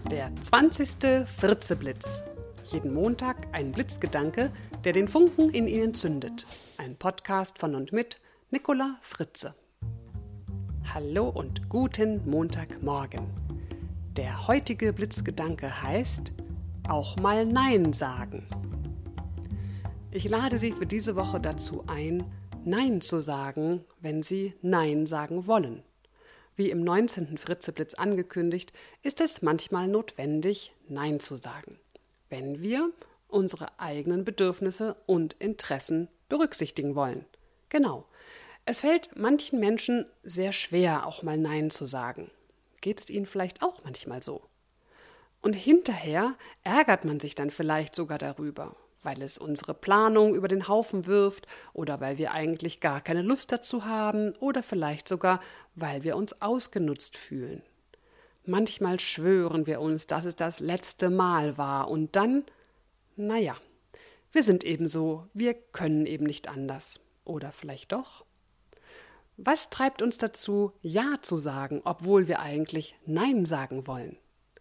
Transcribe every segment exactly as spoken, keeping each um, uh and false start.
Der zwanzigste Fritzeblitz. Jeden Montag ein Blitzgedanke, der den Funken in Ihnen zündet. Ein Podcast von und mit Nicola Fritze. Hallo und guten Montagmorgen. Der heutige Blitzgedanke heißt: auch mal Nein sagen. Ich lade Sie für diese Woche dazu ein, Nein zu sagen, wenn Sie Nein sagen wollen. Wie im neunzehnten Fritzeblitz angekündigt, ist es manchmal notwendig, Nein zu sagen, wenn wir unsere eigenen Bedürfnisse und Interessen berücksichtigen wollen. Genau. Es fällt manchen Menschen sehr schwer, auch mal Nein zu sagen. Geht es Ihnen vielleicht auch manchmal so? Und hinterher ärgert man sich dann vielleicht sogar darüber, weil es unsere Planung über den Haufen wirft oder weil wir eigentlich gar keine Lust dazu haben oder vielleicht sogar, weil wir uns ausgenutzt fühlen. Manchmal schwören wir uns, dass es das letzte Mal war und dann, naja, wir sind eben so, wir können eben nicht anders. Oder vielleicht doch? Was treibt uns dazu, Ja zu sagen, obwohl wir eigentlich Nein sagen wollen?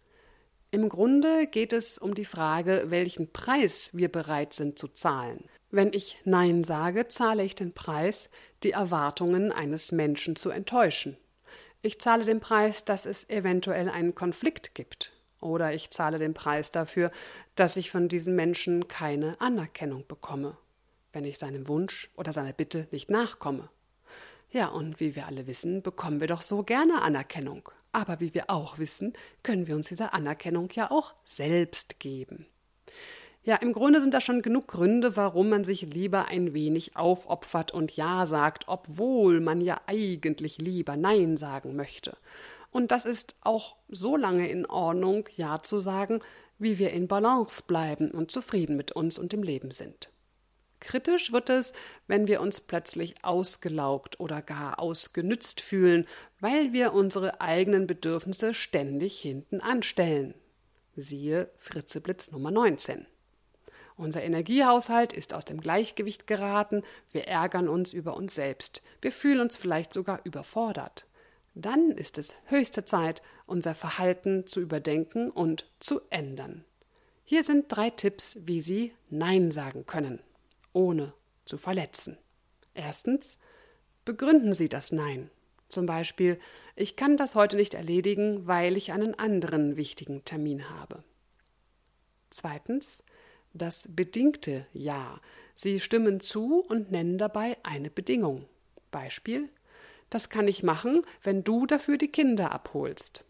Im Grunde geht es um die Frage, welchen Preis wir bereit sind zu zahlen. Wenn ich Nein sage, zahle ich den Preis, die Erwartungen eines Menschen zu enttäuschen. Ich zahle den Preis, dass es eventuell einen Konflikt gibt. Oder ich zahle den Preis dafür, dass ich von diesem Menschen keine Anerkennung bekomme, wenn ich seinem Wunsch oder seiner Bitte nicht nachkomme. Ja, und wie wir alle wissen, bekommen wir doch so gerne Anerkennung. Aber wie wir auch wissen, können wir uns diese Anerkennung ja auch selbst geben. Ja, im Grunde sind da schon genug Gründe, warum man sich lieber ein wenig aufopfert und Ja sagt, obwohl man ja eigentlich lieber Nein sagen möchte. Und das ist auch so lange in Ordnung, Ja zu sagen, wie wir in Balance bleiben und zufrieden mit uns und dem Leben sind. Kritisch wird es, wenn wir uns plötzlich ausgelaugt oder gar ausgenützt fühlen, weil wir unsere eigenen Bedürfnisse ständig hinten anstellen. Siehe Fritzeblitz Nummer neunzehn. Unser Energiehaushalt ist aus dem Gleichgewicht geraten, wir ärgern uns über uns selbst, wir fühlen uns vielleicht sogar überfordert. Dann ist es höchste Zeit, unser Verhalten zu überdenken und zu ändern. Hier sind drei Tipps, wie Sie Nein sagen können, ohne zu verletzen. Erstens, begründen Sie das Nein. Zum Beispiel, ich kann das heute nicht erledigen, weil ich einen anderen wichtigen Termin habe. Zweitens, das bedingte Ja. Sie stimmen zu und nennen dabei eine Bedingung. Beispiel, das kann ich machen, wenn du dafür die Kinder abholst.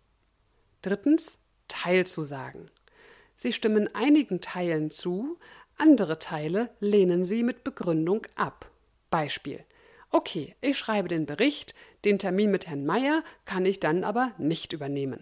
Drittens, teilzusagen. Sie stimmen einigen Teilen zu, andere Teile lehnen Sie mit Begründung ab. Beispiel: Okay, ich schreibe den Bericht, den Termin mit Herrn Meier kann ich dann aber nicht übernehmen.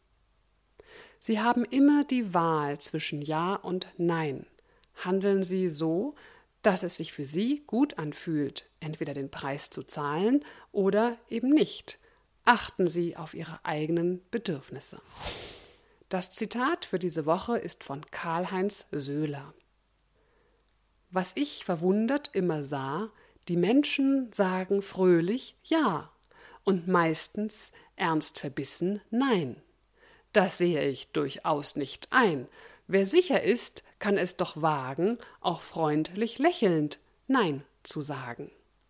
Sie haben immer die Wahl zwischen Ja und Nein. Handeln Sie so, dass es sich für Sie gut anfühlt, entweder den Preis zu zahlen oder eben nicht. Achten Sie auf Ihre eigenen Bedürfnisse. Das Zitat für diese Woche ist von Karl-Heinz Söhler. Was ich verwundert immer sah, die Menschen sagen fröhlich Ja und meistens ernst verbissen Nein. Das sehe ich durchaus nicht ein. Wer sicher ist, kann es doch wagen, auch freundlich lächelnd Nein zu sagen.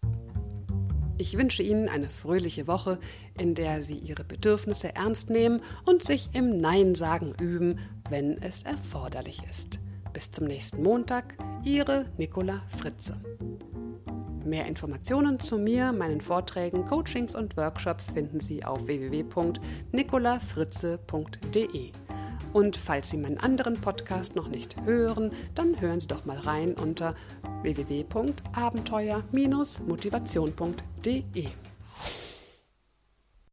Ich wünsche Ihnen eine fröhliche Woche, in der Sie Ihre Bedürfnisse ernst nehmen und sich im Nein-Sagen üben, wenn es erforderlich ist. Bis zum nächsten Montag, Ihre Nicola Fritze. Mehr Informationen zu mir, meinen Vorträgen, Coachings und Workshops finden Sie auf w w w punkt nicola fritze punkt d e. Und falls Sie meinen anderen Podcast noch nicht hören, dann hören Sie doch mal rein unter w w w punkt abenteuer Bindestrich motivation punkt d e.